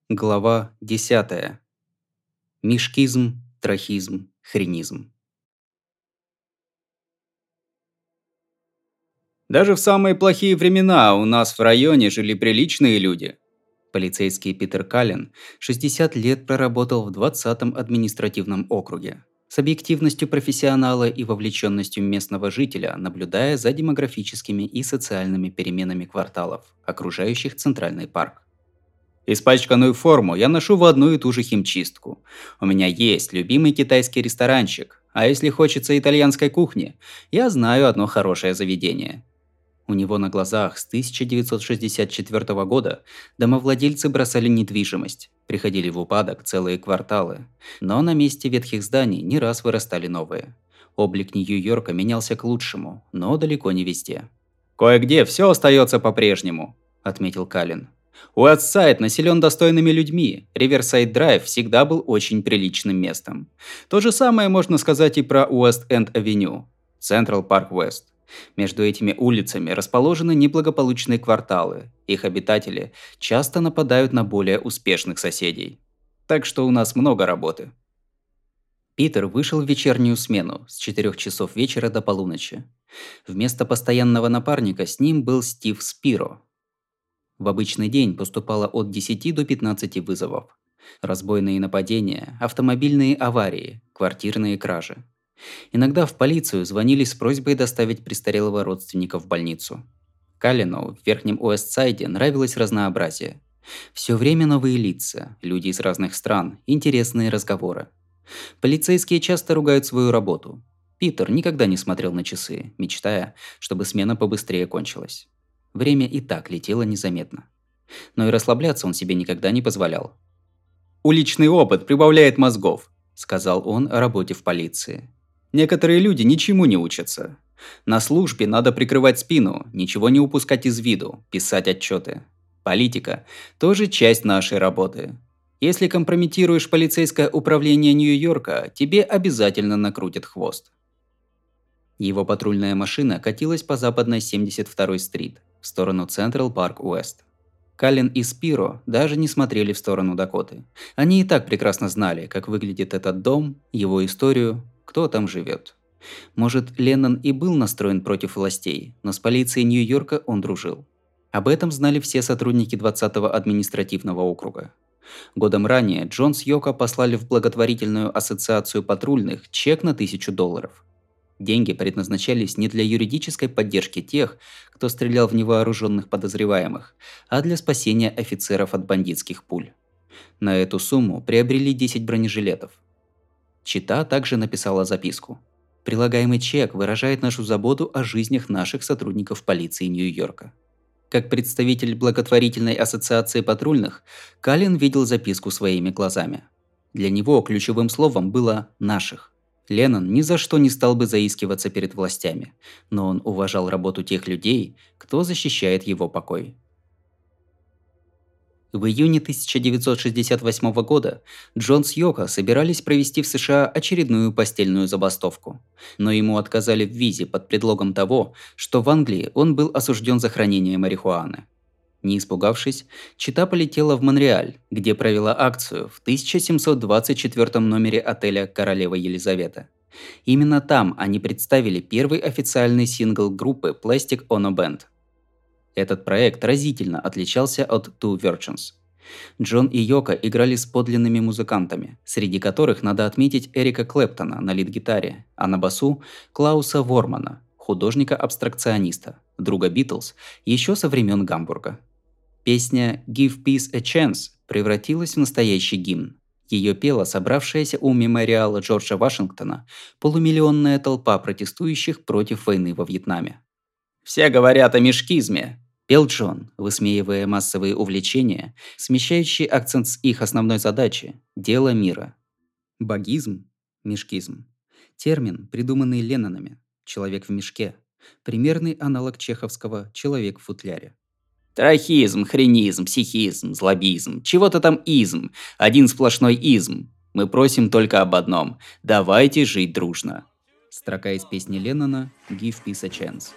Глава 10. Мишкизм, трахизм, хренизм. Даже в самые плохие времена у нас в районе жили приличные люди. Полицейский Питер Каллен 60 лет проработал в 20-м административном округе. С объективностью профессионала и вовлеченностью местного жителя, наблюдая за демографическими и социальными переменами кварталов, окружающих Центральный парк. Испачканную форму я ношу в одну и ту же химчистку. У меня есть любимый китайский ресторанчик, а если хочется итальянской кухни, я знаю одно хорошее заведение. У него на глазах с 1964 года домовладельцы бросали недвижимость, приходили в упадок целые кварталы, но на месте ветхих зданий не раз вырастали новые. Облик Нью-Йорка менялся к лучшему, но далеко не везде. «Кое-где все остается по-прежнему», – отметил Каллен. Уэстсайд населен достойными людьми, Риверсайд-Драйв всегда был очень приличным местом. То же самое можно сказать и про Уэст-Энд-Авеню, Централ Парк-Вест. Между этими улицами расположены неблагополучные кварталы, их обитатели часто нападают на более успешных соседей. Так что у нас много работы. Питер вышел в вечернюю смену с 4 часов вечера до полуночи. Вместо постоянного напарника с ним был Стив Спиро. В обычный день поступало от 10 до 15 вызовов. Разбойные нападения, автомобильные аварии, квартирные кражи. Иногда в полицию звонили с просьбой доставить престарелого родственника в больницу. Каллену в Верхнем Уэстсайде нравилось разнообразие. Все время новые лица, люди из разных стран, интересные разговоры. Полицейские часто ругают свою работу. Питер никогда не смотрел на часы, мечтая, чтобы смена побыстрее кончилась. Время и так летело незаметно. Но и расслабляться он себе никогда не позволял. «Уличный опыт прибавляет мозгов», – сказал он о работе в полиции. «Некоторые люди ничему не учатся. На службе надо прикрывать спину, ничего не упускать из виду, писать отчеты. Политика – тоже часть нашей работы. Если компрометируешь полицейское управление Нью-Йорка, тебе обязательно накрутят хвост». Его патрульная машина катилась по западной 72-й стрит, в сторону Централ Парк Уэст. Каллен и Спиро даже не смотрели в сторону Дакоты. Они и так прекрасно знали, как выглядит этот дом, его историю, кто там живет. Может, Леннон и был настроен против властей, но с полицией Нью-Йорка он дружил. Об этом знали все сотрудники 20-го административного округа. Годом ранее Джон с Йоко послали в благотворительную ассоциацию патрульных чек на $1000. Деньги предназначались не для юридической поддержки тех, кто стрелял в невооруженных подозреваемых, а для спасения офицеров от бандитских пуль. На эту сумму приобрели 10 бронежилетов. Чита также написала записку. Прилагаемый чек выражает нашу заботу о жизнях наших сотрудников полиции Нью-Йорка. Как представитель благотворительной ассоциации патрульных, Каллен видел записку своими глазами. Для него ключевым словом было «наших». Леннон ни за что не стал бы заискиваться перед властями, но он уважал работу тех людей, кто защищает его покой. В июне 1968 года Джон с Йоко собирались провести в США очередную постельную забастовку, но ему отказали в визе под предлогом того, что в Англии он был осужден за хранение марихуаны. Не испугавшись, чита полетела в Монреаль, где провела акцию в 1724 номере отеля «Королева Елизавета». Именно там они представили первый официальный сингл группы Plastic Ono Band. Этот проект разительно отличался от Two Virgins. Джон и Йоко играли с подлинными музыкантами, среди которых надо отметить Эрика Клэптона на лид-гитаре, а на басу – Клауса Вормана, художника-абстракциониста, друга Битлз еще со времен Гамбурга. Песня «Give Peace a Chance» превратилась в настоящий гимн. Ее пела собравшаяся у мемориала Джорджа Вашингтона полумиллионная толпа протестующих против войны во Вьетнаме. «Все говорят о мишкизме», – пел Джон, высмеивая массовые увлечения, смещающие акцент с их основной задачи – дела мира. Багизм, мишкизм – термин, придуманный Леннонами, человек в мешке, примерный аналог чеховского «человек в футляре». Трахизм, хренизм, психизм, злобизм, чего-то там изм, один сплошной изм. Мы просим только об одном – давайте жить дружно. Строка из песни Леннона «Give Peace a Chance».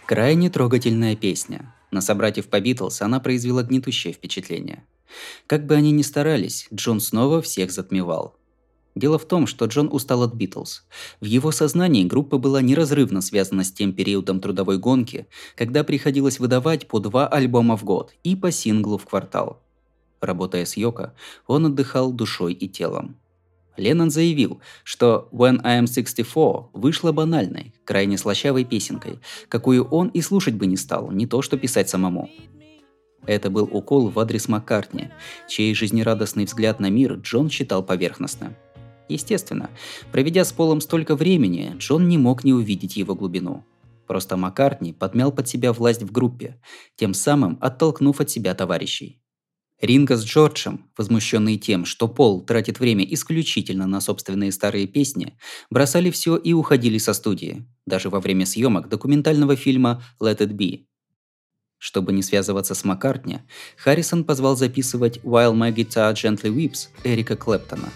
Крайне трогательная песня. На собратьев по Битлз она произвела гнетущее впечатление. Как бы они ни старались, Джон снова всех затмевал. Дело в том, что Джон устал от Битлз. В его сознании группа была неразрывно связана с тем периодом трудовой гонки, когда приходилось выдавать по 2 альбома в год и по синглу в квартал. Работая с Йоко, он отдыхал душой и телом. Леннон заявил, что «When I Am 64» вышла банальной, крайне слащавой песенкой, какую он и слушать бы не стал, не то что писать самому. Это был укол в адрес Маккартни, чей жизнерадостный взгляд на мир Джон считал поверхностным. Естественно, проведя с Полом столько времени, Джон не мог не увидеть его глубину. Просто Маккартни подмял под себя власть в группе, тем самым оттолкнув от себя товарищей. Ринго с Джорджем, возмущенные тем, что Пол тратит время исключительно на собственные старые песни, бросали все и уходили со студии, даже во время съемок документального фильма «Let It Be». Чтобы не связываться с Маккартни, Харрисон позвал записывать «While My Guitar Gently Weeps» Эрика Клэптона.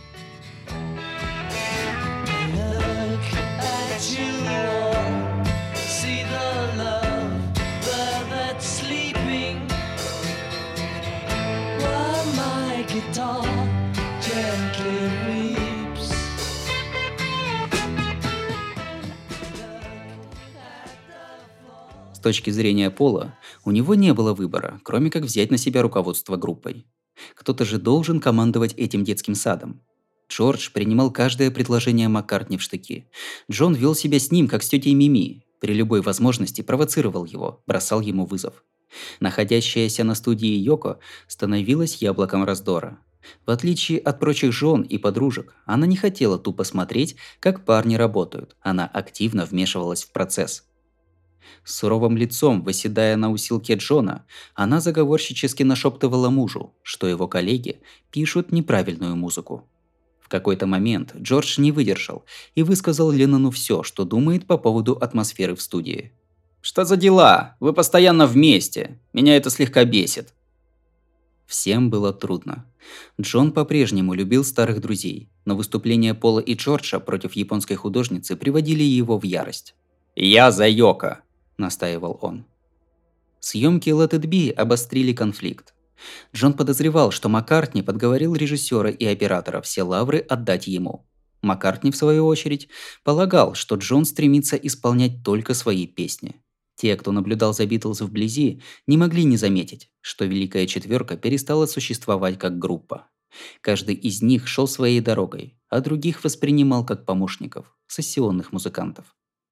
С точки зрения Пола, у него не было выбора, кроме как взять на себя руководство группой. Кто-то же должен командовать этим детским садом. Джордж принимал каждое предложение Маккартни в штыки. Джон вел себя с ним, как с тетей Мими. При любой возможности провоцировал его, бросал ему вызов. Находящаяся на студии Йоко становилась яблоком раздора. В отличие от прочих жен и подружек, она не хотела тупо смотреть, как парни работают. Она активно вмешивалась в процесс. С суровым лицом, восседая на усилке Джона, она заговорщически нашептывала мужу, что его коллеги пишут неправильную музыку. В какой-то момент Джордж не выдержал и высказал Леннону все, что думает по поводу атмосферы в студии. «Что за дела? Вы постоянно вместе. Меня это слегка бесит». Всем было трудно. Джон по-прежнему любил старых друзей, но выступления Пола и Джорджа против японской художницы приводили его в ярость. «Я за Йоко», – настаивал он. Съемки Let It Be обострили конфликт. Джон подозревал, что Маккартни подговорил режиссера и оператора все лавры отдать ему. Маккартни, в свою очередь, полагал, что Джон стремится исполнять только свои песни. Те, кто наблюдал за Битлз вблизи, не могли не заметить, что Великая Четверка перестала существовать как группа. Каждый из них шел своей дорогой, а других воспринимал как помощников, сессионных музыкантов.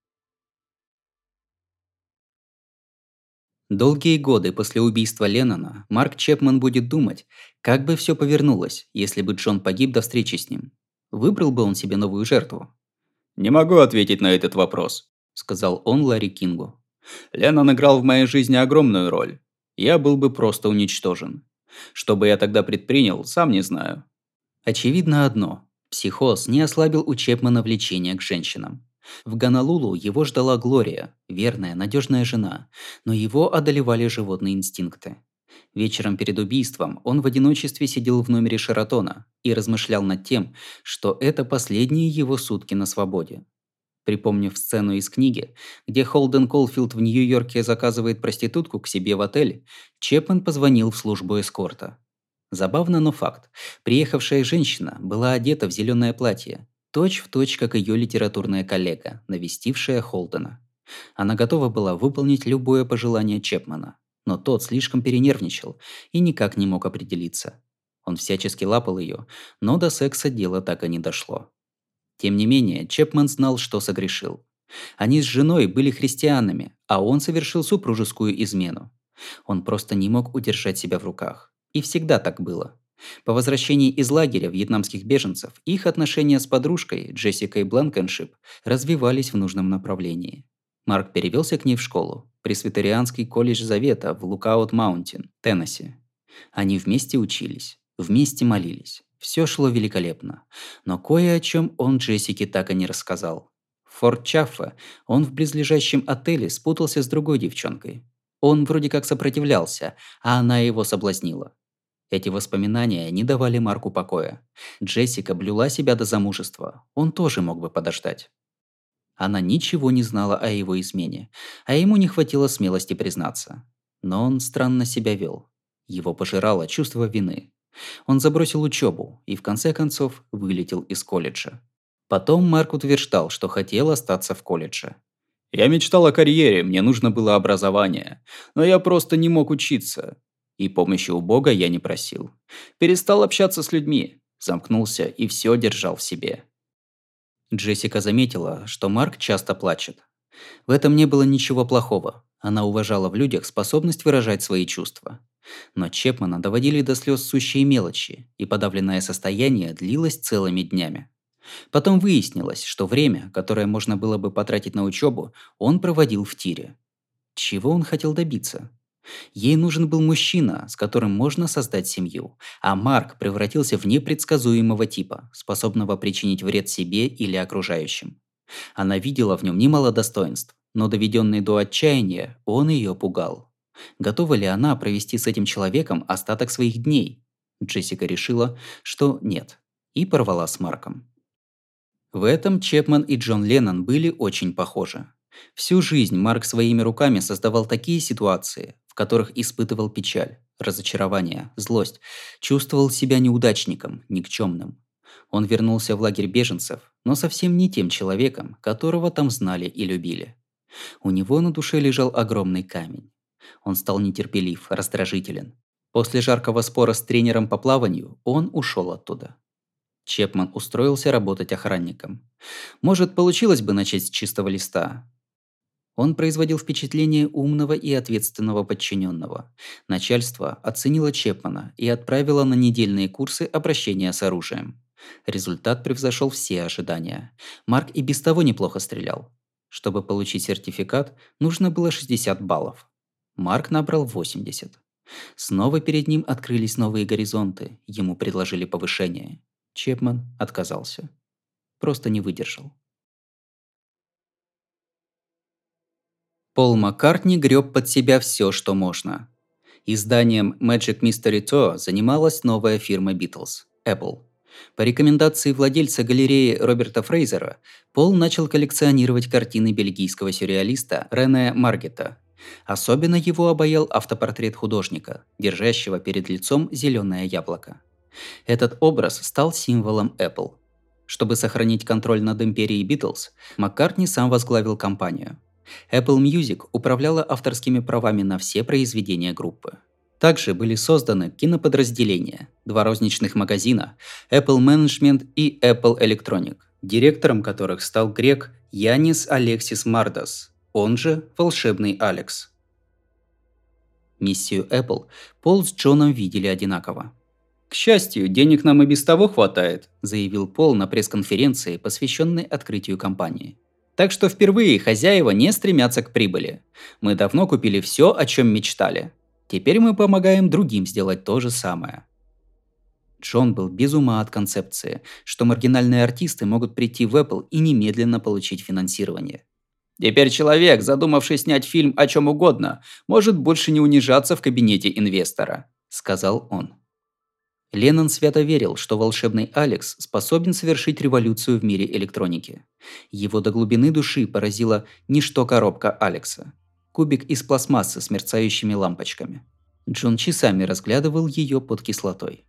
Долгие годы после убийства Леннона Марк Чепман будет думать, как бы все повернулось, если бы Джон погиб до встречи с ним. Выбрал бы он себе новую жертву? «Не могу ответить на этот вопрос», – сказал он Ларри Кингу. «Леннон играл в моей жизни огромную роль. Я был бы просто уничтожен. Что бы я тогда предпринял, сам не знаю». Очевидно одно – психоз не ослабил у Чепмана влечение к женщинам. В Гонолулу его ждала Глория, верная, надежная жена, но его одолевали животные инстинкты. Вечером перед убийством он в одиночестве сидел в номере Шератона и размышлял над тем, что это последние его сутки на свободе. Припомнив сцену из книги, где Холден Колфилд в Нью-Йорке заказывает проститутку к себе в отель, Чепман позвонил в службу эскорта. Забавно, но факт. Приехавшая женщина была одета в зеленое платье, точь-в-точь, как ее литературная коллега, навестившая Холдена. Она готова была выполнить любое пожелание Чепмана, но тот слишком перенервничал и никак не мог определиться. Он всячески лапал ее, но до секса дело так и не дошло. Тем не менее, Чепман знал, что согрешил. Они с женой были христианами, а он совершил супружескую измену. Он просто не мог удержать себя в руках. И всегда так было. По возвращении из лагеря вьетнамских беженцев их отношения с подружкой Джессикой Бланкеншип развивались в нужном направлении. Марк перевелся к ней в школу, Пресвитерианский колледж Завета в Лукаут-Маунтин, Теннесси. Они вместе учились, вместе молились. Все шло великолепно. Но кое о чем он Джессике так и не рассказал. В Форт Чаффе он в близлежащем отеле спутался с другой девчонкой. Он вроде как сопротивлялся, а она его соблазнила. Эти воспоминания не давали Марку покоя. Джессика блюла себя до замужества. Он тоже мог бы подождать. Она ничего не знала о его измене, а ему не хватило смелости признаться. Но он странно себя вел. Его пожирало чувство вины. Он забросил учебу и в конце концов вылетел из колледжа. Потом Марк утверждал, что хотел остаться в колледже. «Я мечтал о карьере, мне нужно было образование, но я просто не мог учиться. И помощи у Бога я не просил. Перестал общаться с людьми, замкнулся и все держал в себе». Джессика заметила, что Марк часто плачет. В этом не было ничего плохого. Она уважала в людях способность выражать свои чувства. Но Чепмана доводили до слез сущие мелочи, и подавленное состояние длилось целыми днями. Потом выяснилось, что время, которое можно было бы потратить на учебу, он проводил в тире. Чего он хотел добиться? Ей нужен был мужчина, с которым можно создать семью, а Марк превратился в непредсказуемого типа, способного причинить вред себе или окружающим. Она видела в нем немало достоинств, но доведенный до отчаяния, он ее пугал. Готова ли она провести с этим человеком остаток своих дней? Джессика решила, что нет, и порвала с Марком. В этом Чепман и Джон Леннон были очень похожи. Всю жизнь Марк своими руками создавал такие ситуации, в которых испытывал печаль, разочарование, злость, чувствовал себя неудачником, никчемным. Он вернулся в лагерь беженцев, но совсем не тем человеком, которого там знали и любили. У него на душе лежал огромный камень. Он стал нетерпелив, раздражителен. После жаркого спора с тренером по плаванию он ушел оттуда. Чепман устроился работать охранником. Может, получилось бы начать с чистого листа. Он производил впечатление умного и ответственного подчиненного. Начальство оценило Чепмана и отправило на недельные курсы обращения с оружием. Результат превзошел все ожидания. Марк и без того неплохо стрелял. Чтобы получить сертификат, нужно было 60 баллов. Марк набрал 80. Снова перед ним открылись новые горизонты, ему предложили повышение. Чепман отказался. Просто не выдержал. Пол Маккартни греб под себя все, что можно. Изданием Magic Mystery Tour занималась новая фирма Beatles – Apple. По рекомендации владельца галереи Роберта Фрейзера, Пол начал коллекционировать картины бельгийского сюрреалиста Рене Маргета. Особенно его обаял автопортрет художника, держащего перед лицом зеленое яблоко. Этот образ стал символом Apple. Чтобы сохранить контроль над империей Beatles, Маккартни сам возглавил компанию. Apple Music управляла авторскими правами на все произведения группы. Также были созданы киноподразделения, 2 розничных магазина, Apple Management и Apple Electronic, директором которых стал грек Янис Алексис Мардас, он же Волшебный Алекс. Миссию Apple Пол с Джоном видели одинаково. «К счастью, денег нам и без того хватает», – заявил Пол на пресс-конференции, посвященной открытию компании. «Так что впервые хозяева не стремятся к прибыли. Мы давно купили все, о чем мечтали. Теперь мы помогаем другим сделать то же самое». Джон был без ума от концепции, что маргинальные артисты могут прийти в Apple и немедленно получить финансирование. «Теперь человек, задумавший снять фильм о чем угодно, может больше не унижаться в кабинете инвестора», – сказал он. Леннон свято верил, что волшебный Алекс способен совершить революцию в мире электроники. Его до глубины души поразила не что коробка Алекса. Кубик из пластмассы с мерцающими лампочками. Джон часами разглядывал ее под кислотой.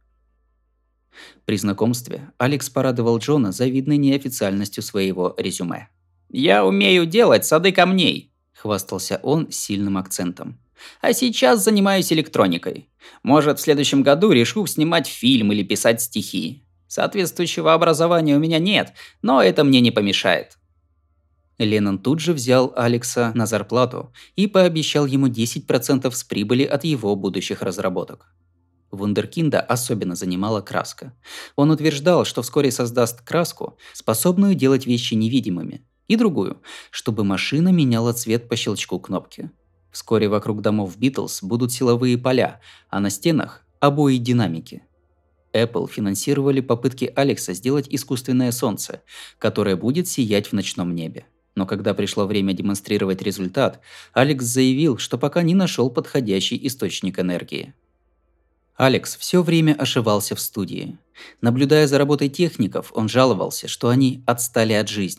При знакомстве Алекс порадовал Джона завидной неофициальностью своего резюме. «Я умею делать сады камней», – хвастался он с сильным акцентом. «А сейчас занимаюсь электроникой. Может, в следующем году решу снимать фильм или писать стихи. Соответствующего образования у меня нет, но это мне не помешает». Леннон тут же взял Алекса на зарплату и пообещал ему 10% с прибыли от его будущих разработок. Вундеркинда особенно занимала краска. Он утверждал, что вскоре создаст краску, способную делать вещи невидимыми, и другую, чтобы машина меняла цвет по щелчку кнопки. Вскоре вокруг домов Beatles будут силовые поля, а на стенах – обои-динамики. Apple финансировали попытки Алекса сделать искусственное солнце, которое будет сиять в ночном небе. Но когда пришло время демонстрировать результат, Алекс заявил, что пока не нашел подходящий источник энергии. Алекс все время ошивался в студии. Наблюдая за работой техников, он жаловался, что они отстали от жизни.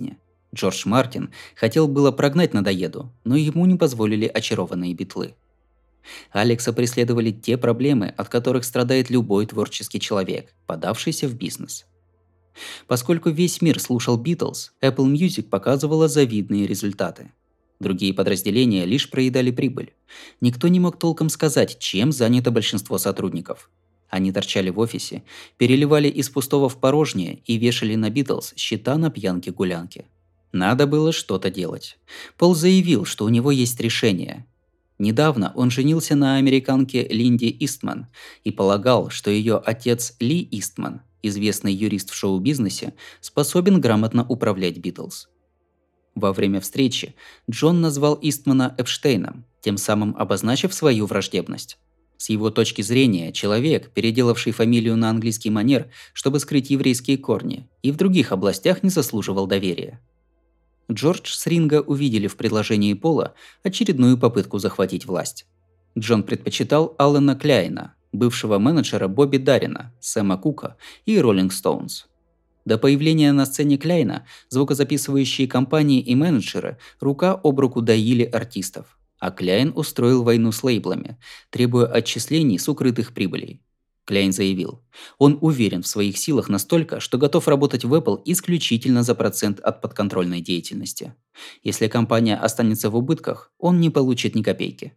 Джордж Мартин хотел было прогнать надоеду, но ему не позволили очарованные битлы. Алекса преследовали те проблемы, от которых страдает любой творческий человек, подавшийся в бизнес. Поскольку весь мир слушал Битлз, Apple Music показывала завидные результаты. Другие подразделения лишь проедали прибыль. Никто не мог толком сказать, чем занято большинство сотрудников. Они торчали в офисе, переливали из пустого в порожнее и вешали на Битлз счета на пьянке-гулянке. Надо было что-то делать. Пол заявил, что у него есть решение. Недавно он женился на американке Линде Истман и полагал, что ее отец Ли Истман, известный юрист в шоу-бизнесе, способен грамотно управлять Битлз. Во время встречи Джон назвал Истмана Эпштейном, тем самым обозначив свою враждебность. С его точки зрения, человек, переделавший фамилию на английский манер, чтобы скрыть еврейские корни, и в других областях не заслуживал доверия. Джордж с Ринго увидели в предложении Пола очередную попытку захватить власть. Джон предпочитал Алана Кляйна, бывшего менеджера Бобби Даррина, Сэма Кука и Роллинг Стоунс. До появления на сцене Кляйна звукозаписывающие компании и менеджеры рука об руку доили артистов, а Кляйн устроил войну с лейблами, требуя отчислений с укрытых прибылей. Кляйн заявил, он уверен в своих силах настолько, что готов работать в Apple исключительно за процент от подконтрольной деятельности. Если компания останется в убытках, он не получит ни копейки.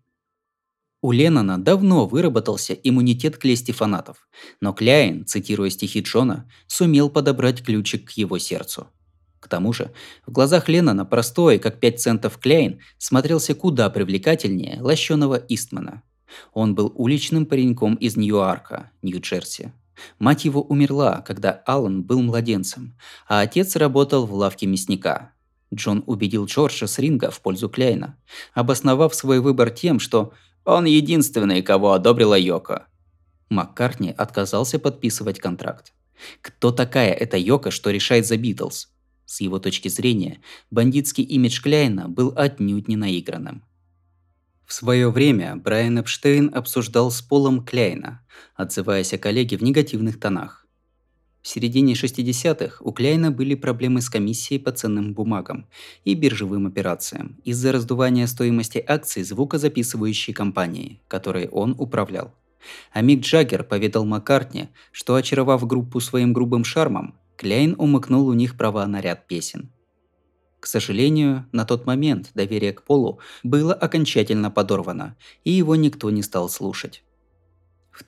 У Леннона давно выработался иммунитет к лести фанатов, но Кляйн, цитируя стихи Джона, сумел подобрать ключик к его сердцу. К тому же, в глазах Леннона простой, как 5 центов Кляйн, смотрелся куда привлекательнее лощеного Истмана. Он был уличным пареньком из Ньюарка, Нью-Джерси. Мать его умерла, когда Аллан был младенцем, а отец работал в лавке мясника. Джон убедил Джорджа с Ринго в пользу Кляйна, обосновав свой выбор тем, что он единственный, кого одобрила Йоко. Маккартни отказался подписывать контракт. Кто такая эта Йоко, что решает за Битлз? С его точки зрения, бандитский имидж Кляйна был отнюдь не наигранным. В свое время Брайан Эпштейн обсуждал с Полом Кляйна, отзываясь о коллеге в негативных тонах. В середине 60-х у Кляйна были проблемы с комиссией по ценным бумагам и биржевым операциям из-за раздувания стоимости акций звукозаписывающей компании, которой он управлял. А Мик Джаггер поведал Маккартни, что, очаровав группу своим грубым шармом, Кляйн умыкнул у них права на ряд песен. К сожалению, на тот момент доверие к Полу было окончательно подорвано, и его никто не стал слушать. В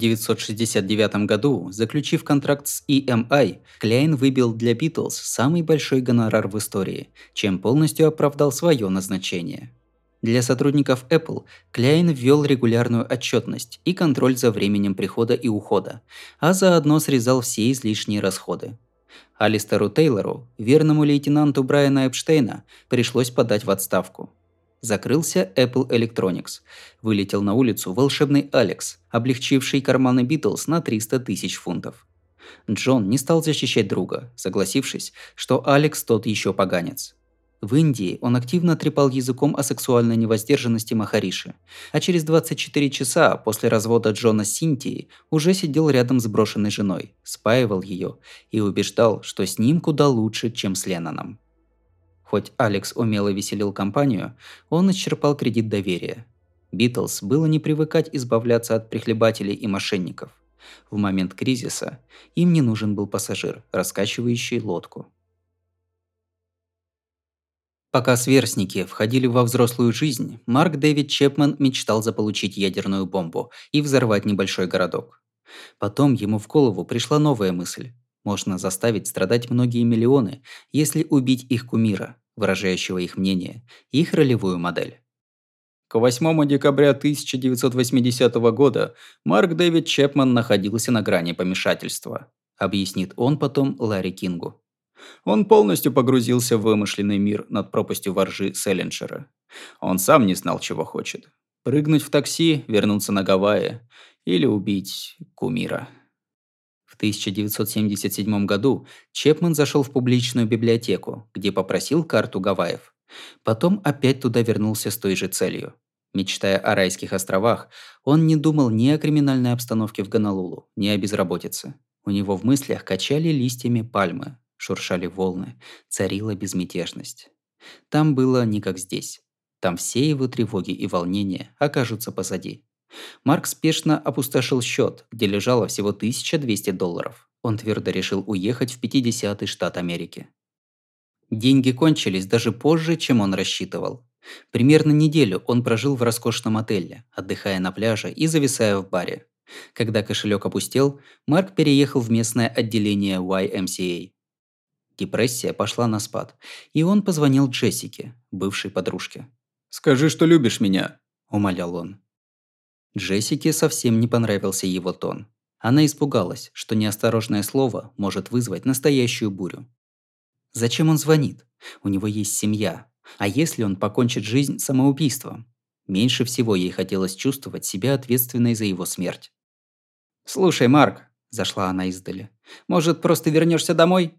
1969 году, заключив контракт с EMI, Кляйн выбил для Битлз самый большой гонорар в истории, чем полностью оправдал свое назначение. Для сотрудников Apple Кляйн ввел регулярную отчетность и контроль за временем прихода и ухода, а заодно срезал все излишние расходы. Алистеру Тейлору, верному лейтенанту Брайана Эпштейна, пришлось подать в отставку. Закрылся Apple Electronics. Вылетел на улицу волшебный Алекс, облегчивший карманы Битлз на 300 тысяч фунтов. Джон не стал защищать друга, согласившись, что Алекс тот еще поганец. В Индии он активно трепал языком о сексуальной невоздержанности Махариши, а через 24 часа после развода Джона с Синтией уже сидел рядом с брошенной женой, спаивал ее и убеждал, что с ним куда лучше, чем с Ленноном. Хоть Алекс умело веселил компанию, он исчерпал кредит доверия. Битлз было не привыкать избавляться от прихлебателей и мошенников. В момент кризиса им не нужен был пассажир, раскачивающий лодку. Пока сверстники входили во взрослую жизнь, Марк Дэвид Чепман мечтал заполучить ядерную бомбу и взорвать небольшой городок. Потом ему в голову пришла новая мысль. Можно заставить страдать многие миллионы, если убить их кумира, выражающего их мнение, их ролевую модель. К 8 декабря 1980 года Марк Дэвид Чепман находился на грани помешательства, объяснит он потом Ларри Кингу. Он полностью погрузился в вымышленный мир над пропастью воржи Селлинджера. Он сам не знал, чего хочет. Прыгнуть в такси, вернуться на Гавайи или убить кумира. В 1977 году Чепман зашел в публичную библиотеку, где попросил карту Гавайев. Потом опять туда вернулся с той же целью. Мечтая о райских островах, он не думал ни о криминальной обстановке в Гонолулу, ни о безработице. У него в мыслях качали листьями пальмы, Шуршали волны, царила безмятежность. Там было не как здесь. Там все его тревоги и волнения окажутся позади. Марк спешно опустошил счет, где лежало всего $1200. Он твердо решил уехать в 50-й штат Америки. Деньги кончились даже позже, чем он рассчитывал. Примерно неделю он прожил в роскошном отеле, отдыхая на пляже и зависая в баре. Когда кошелек опустел, Марк переехал в местное отделение YMCA. Депрессия пошла на спад, и он позвонил Джессике, бывшей подружке. «Скажи, что любишь меня», – умолял он. Джессике совсем не понравился его тон. Она испугалась, что неосторожное слово может вызвать настоящую бурю. Зачем он звонит? У него есть семья. А если он покончит жизнь самоубийством? Меньше всего ей хотелось чувствовать себя ответственной за его смерть. «Слушай, Марк», – зашла она издали, – «может, просто вернешься домой?»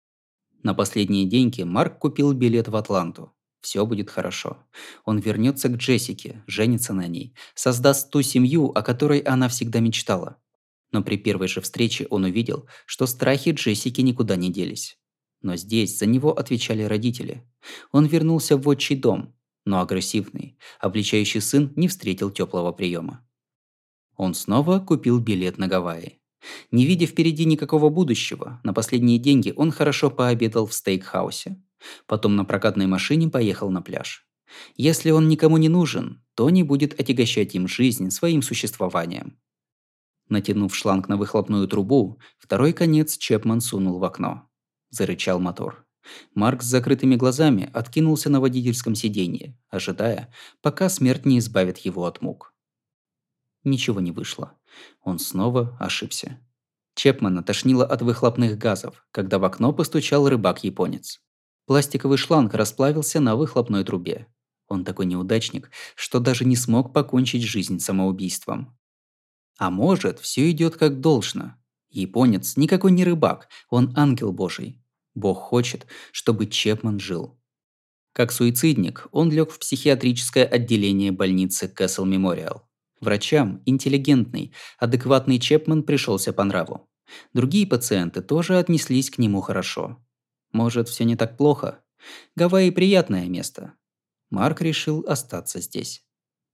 На последние деньги Марк купил билет в Атланту. Все будет хорошо. Он вернется к Джессике, женится на ней, создаст ту семью, о которой она всегда мечтала. Но при первой же встрече он увидел, что страхи Джессики никуда не делись. Но здесь за него отвечали родители. Он вернулся в отчий дом, но агрессивный, обличающий сын не встретил теплого приема. Он снова купил билет на Гавайи. Не видя впереди никакого будущего, на последние деньги он хорошо пообедал в стейкхаусе. Потом на прокатной машине поехал на пляж. Если он никому не нужен, то не будет отягощать им жизнь своим существованием. Натянув шланг на выхлопную трубу, второй конец Чепман сунул в окно. Зарычал мотор. Марк с закрытыми глазами откинулся на водительском сиденье, ожидая, пока смерть не избавит его от мук. Ничего не вышло. Он снова ошибся. Чепмана тошнило от выхлопных газов, когда в окно постучал рыбак-японец. Пластиковый шланг расплавился на выхлопной трубе. Он такой неудачник, что даже не смог покончить жизнь самоубийством. А может, все идет как должно. Японец никакой не рыбак, он ангел божий. Бог хочет, чтобы Чепман жил. Как суицидник, он лег в психиатрическое отделение больницы Кэссел Мемориал. Врачам интеллигентный, адекватный Чепман пришелся по нраву. Другие пациенты тоже отнеслись к нему хорошо. Может, все не так плохо? Гавайи приятное место. Марк решил остаться здесь.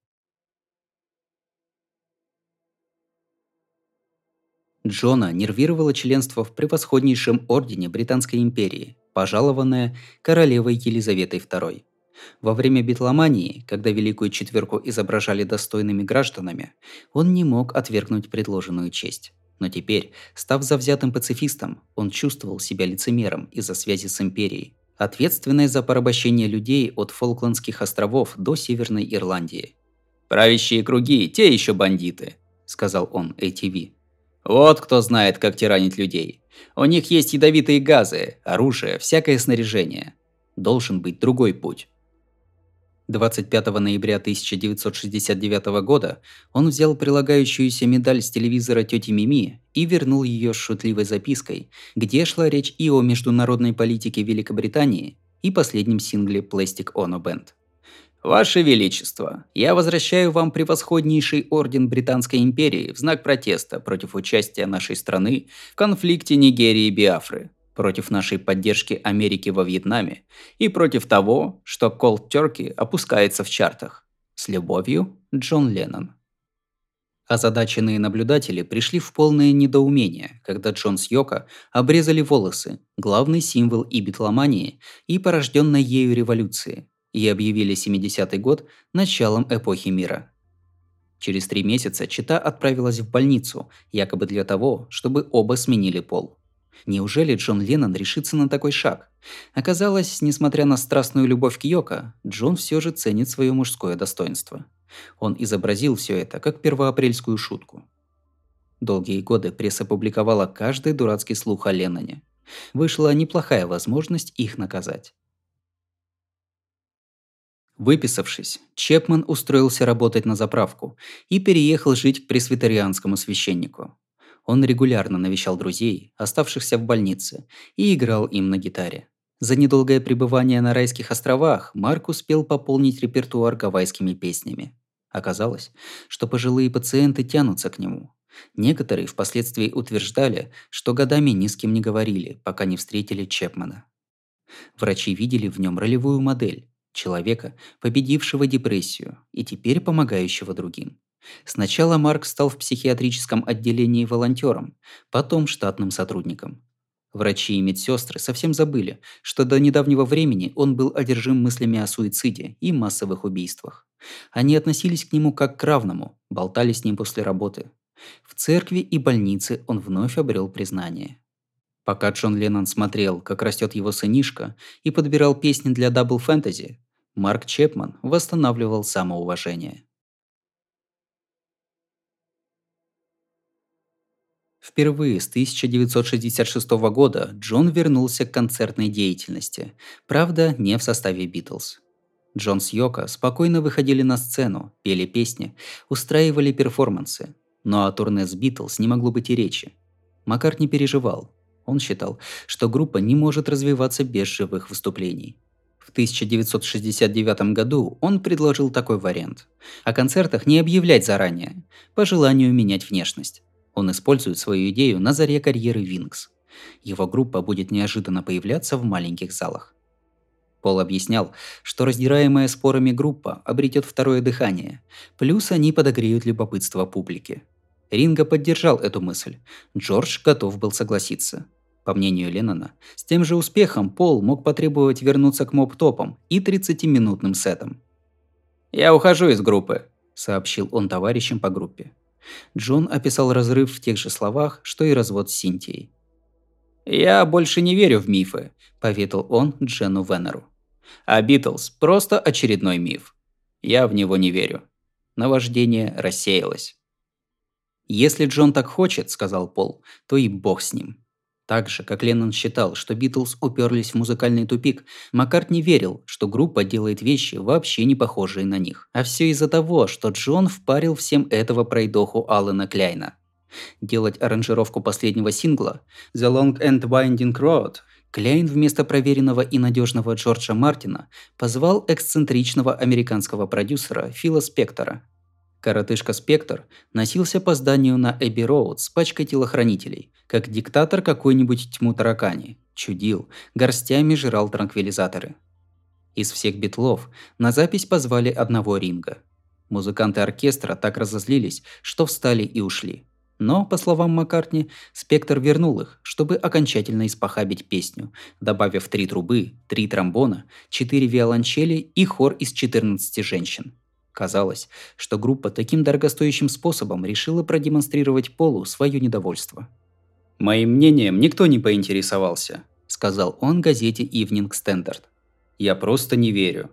Джона нервировало членство в превосходнейшем ордене Британской империи, пожалованное королевой Елизаветой II. Во время битломании, когда Великую Четверку изображали достойными гражданами, он не мог отвергнуть предложенную честь. Но теперь, став завзятым пацифистом, он чувствовал себя лицемером из-за связи с империей, ответственной за порабощение людей от Фолклендских островов до Северной Ирландии. «Правящие круги – те еще бандиты», – сказал он ATV. «Вот кто знает, как тиранить людей. У них есть ядовитые газы, оружие, всякое снаряжение. Должен быть другой путь». 25 ноября 1969 года он взял прилагающуюся медаль с телевизора тети Мими и вернул ее с шутливой запиской, где шла речь и о международной политике Великобритании, и последнем сингле Plastic Ono Band. «Ваше Величество, я возвращаю вам превосходнейший орден Британской империи в знак протеста против участия нашей страны в конфликте Нигерии и Биафры, против нашей поддержки Америки во Вьетнаме и против того, что Cold Turkey опускается в чартах. С любовью, Джон Леннон». Озадаченные наблюдатели пришли в полное недоумение, когда Джон с Йоко обрезали волосы, главный символ и битломании, и порожденной ею революции, и объявили 70-й год началом эпохи мира. Через 3 месяца чета отправилась в больницу, якобы для того, чтобы оба сменили пол. Неужели Джон Леннон решится на такой шаг? Оказалось, несмотря на страстную любовь к Йоко, Джон все же ценит свое мужское достоинство. Он изобразил все это как первоапрельскую шутку. Долгие годы пресса публиковала каждый дурацкий слух о Ленноне. Вышла неплохая возможность их наказать. Выписавшись, Чепман устроился работать на заправку и переехал жить к пресвитерианскому священнику. Он регулярно навещал друзей, оставшихся в больнице, и играл им на гитаре. За недолгое пребывание на райских островах Марк успел пополнить репертуар гавайскими песнями. Оказалось, что пожилые пациенты тянутся к нему. Некоторые впоследствии утверждали, что годами ни с кем не говорили, пока не встретили Чепмана. Врачи видели в нем ролевую модель человека, победившего депрессию и теперь помогающего другим. Сначала Марк стал в психиатрическом отделении волонтером, потом штатным сотрудником. Врачи и медсестры совсем забыли, что до недавнего времени он был одержим мыслями о суициде и массовых убийствах. Они относились к нему как к равному, болтали с ним после работы. В церкви и больнице он вновь обрел признание. Пока Джон Леннон смотрел, как растет его сынишка, и подбирал песни для дабл фэнтези, Марк Чепман восстанавливал самоуважение. Впервые с 1966 года Джон вернулся к концертной деятельности, правда, не в составе Битлз. Джон с Йоко спокойно выходили на сцену, пели песни, устраивали перформансы, но о турне с Битлз не могло быть и речи. Маккартни переживал. Он считал, что группа не может развиваться без живых выступлений. В 1969 году он предложил такой вариант. О концертах не объявлять заранее, по желанию менять внешность. Он использует свою идею на заре карьеры Винкс. Его группа будет неожиданно появляться в маленьких залах. Пол объяснял, что раздираемая спорами группа обретет второе дыхание, плюс они подогреют любопытство публики. Ринго поддержал эту мысль, Джордж готов был согласиться. По мнению Леннона, с тем же успехом Пол мог потребовать вернуться к моп-топам и 30-минутным сетам. «Я ухожу из группы», – сообщил он товарищам по группе. Джон описал разрыв в тех же словах, что и развод с Синтией. «Я больше не верю в мифы», – поведал он Джену Венеру. «А Битлз – просто очередной миф. Я в него не верю». Наваждение рассеялось. «Если Джон так хочет, – сказал Пол, – то и бог с ним». Так же, как Леннон считал, что Битлз уперлись в музыкальный тупик, Маккартни верил, что группа делает вещи, вообще не похожие на них. А все из-за того, что Джон впарил всем этого пройдоху Алана Кляйна. Делать аранжировку последнего сингла «The Long and Winding Road» Кляйн вместо проверенного и надежного Джорджа Мартина позвал эксцентричного американского продюсера Фила Спектора. Коротышка Спектр носился по зданию на Эбби-Роуд с пачкой телохранителей, как диктатор какой-нибудь тьму таракани, чудил, горстями жрал транквилизаторы. Из всех битлов на запись позвали одного Ринга. Музыканты оркестра так разозлились, что встали и ушли. Но, по словам Маккартни, Спектр вернул их, чтобы окончательно испохабить песню, добавив 3 трубы, 3 тромбона, 4 виолончели и хор из 14 женщин. Казалось, что группа таким дорогостоящим способом решила продемонстрировать Полу свое недовольство. «Моим мнением никто не поинтересовался», – сказал он газете Evening Standard. «Я просто не верю».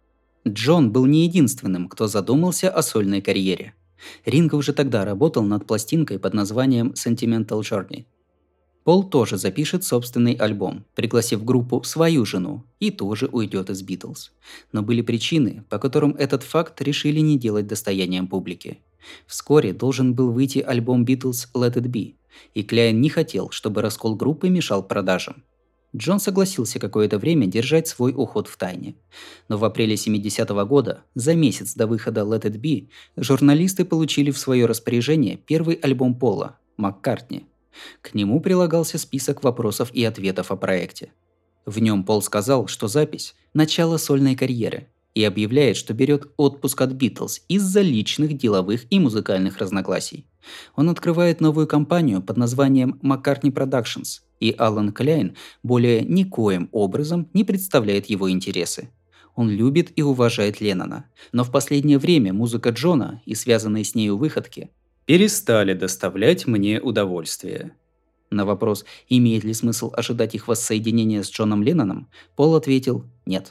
Джон был не единственным, кто задумался о сольной карьере. Ринго уже тогда работал над пластинкой под названием Sentimental Journey. Пол тоже запишет собственный альбом, пригласив в группу свою жену, и тоже уйдет из Битлз. Но были причины, по которым этот факт решили не делать достоянием публики. Вскоре должен был выйти альбом Битлз Let It Be, и Кляйн не хотел, чтобы раскол группы мешал продажам. Джон согласился какое-то время держать свой уход в тайне. Но в апреле 70-го года, за месяц до выхода Let It Be, журналисты получили в свое распоряжение первый альбом Пола «Маккартни». К нему прилагался список вопросов и ответов о проекте. В нем Пол сказал, что запись – начало сольной карьеры, и объявляет, что берет отпуск от Битлз из-за личных, деловых и музыкальных разногласий. Он открывает новую компанию под названием McCartney Productions, и Алан Кляйн более никоим образом не представляет его интересы. Он любит и уважает Леннона, но в последнее время музыка Джона и связанные с нею выходки перестали доставлять мне удовольствие. На вопрос, имеет ли смысл ожидать их воссоединения с Джоном Ленноном, Пол ответил «нет».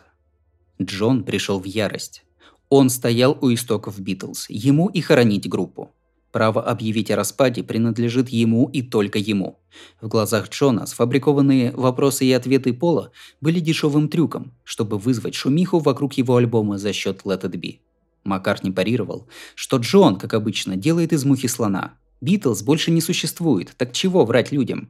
Джон пришел в ярость. Он стоял у истоков Битлз, ему и хоронить группу. Право объявить о распаде принадлежит ему и только ему. В глазах Джона сфабрикованные вопросы и ответы Пола были дешевым трюком, чтобы вызвать шумиху вокруг его альбома за счет Let It Be. Маккартни парировал, что Джон, как обычно, делает из мухи слона. Битлз больше не существует, так чего врать людям?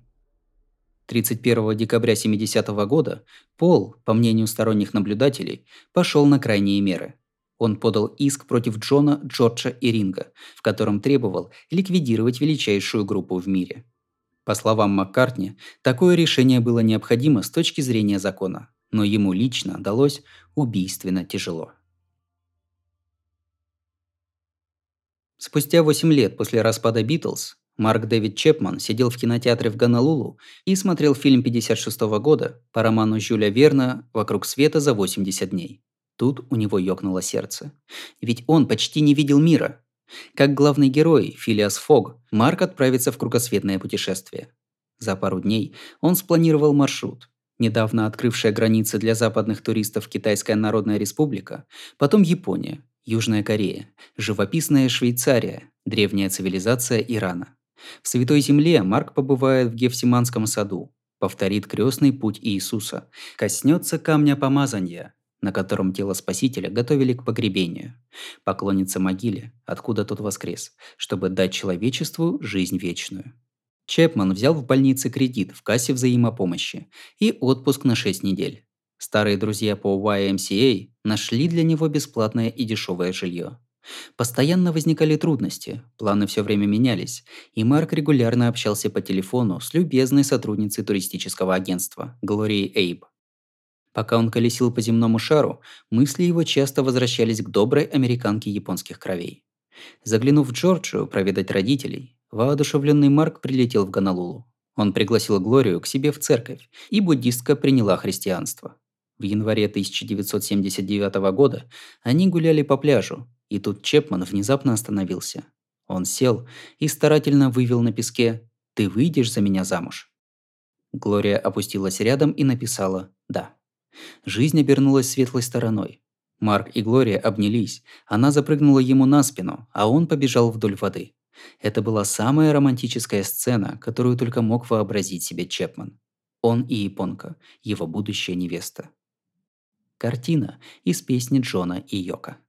31 декабря 70-го года Пол, по мнению сторонних наблюдателей, пошел на крайние меры. Он подал иск против Джона, Джорджа и Ринга, в котором требовал ликвидировать величайшую группу в мире. По словам Маккартни, такое решение было необходимо с точки зрения закона, но ему лично далось убийственно тяжело. Спустя 8 лет после распада Битлз, Марк Дэвид Чепман сидел в кинотеатре в Гонолулу и смотрел фильм 1956 года по роману Жюля Верна «Вокруг света за 80 дней». Тут у него ёкнуло сердце. Ведь он почти не видел мира. Как главный герой, Филиас Фог, Марк отправится в кругосветное путешествие. За пару дней он спланировал маршрут. Недавно открывшая границы для западных туристов Китайская Народная Республика, потом Япония, Южная Корея, живописная Швейцария, древняя цивилизация Ирана. В Святой Земле Марк побывает в Гефсиманском саду, повторит крестный путь Иисуса, коснется камня помазания, на котором тело Спасителя готовили к погребению, поклонится могиле, откуда тот воскрес, чтобы дать человечеству жизнь вечную. Чепман взял в больнице кредит в кассе взаимопомощи и отпуск на 6 недель. Старые друзья по YMCA нашли для него бесплатное и дешевое жилье. Постоянно возникали трудности, планы все время менялись, и Марк регулярно общался по телефону с любезной сотрудницей туристического агентства Глорией Эйб. Пока он колесил по земному шару, мысли его часто возвращались к доброй американке японских кровей. Заглянув в Джорджию проведать родителей, воодушевленный Марк прилетел в Гонолулу. Он пригласил Глорию к себе в церковь, и буддистка приняла христианство. В январе 1979 года они гуляли по пляжу, и тут Чепман внезапно остановился. Он сел и старательно вывел на песке «Ты выйдешь за меня замуж?». Глория опустилась рядом и написала «Да». Жизнь обернулась светлой стороной. Марк и Глория обнялись, она запрыгнула ему на спину, а он побежал вдоль воды. Это была самая романтическая сцена, которую только мог вообразить себе Чепман. Он и японка, его будущая невеста. Картина из песни Джона и Йоко.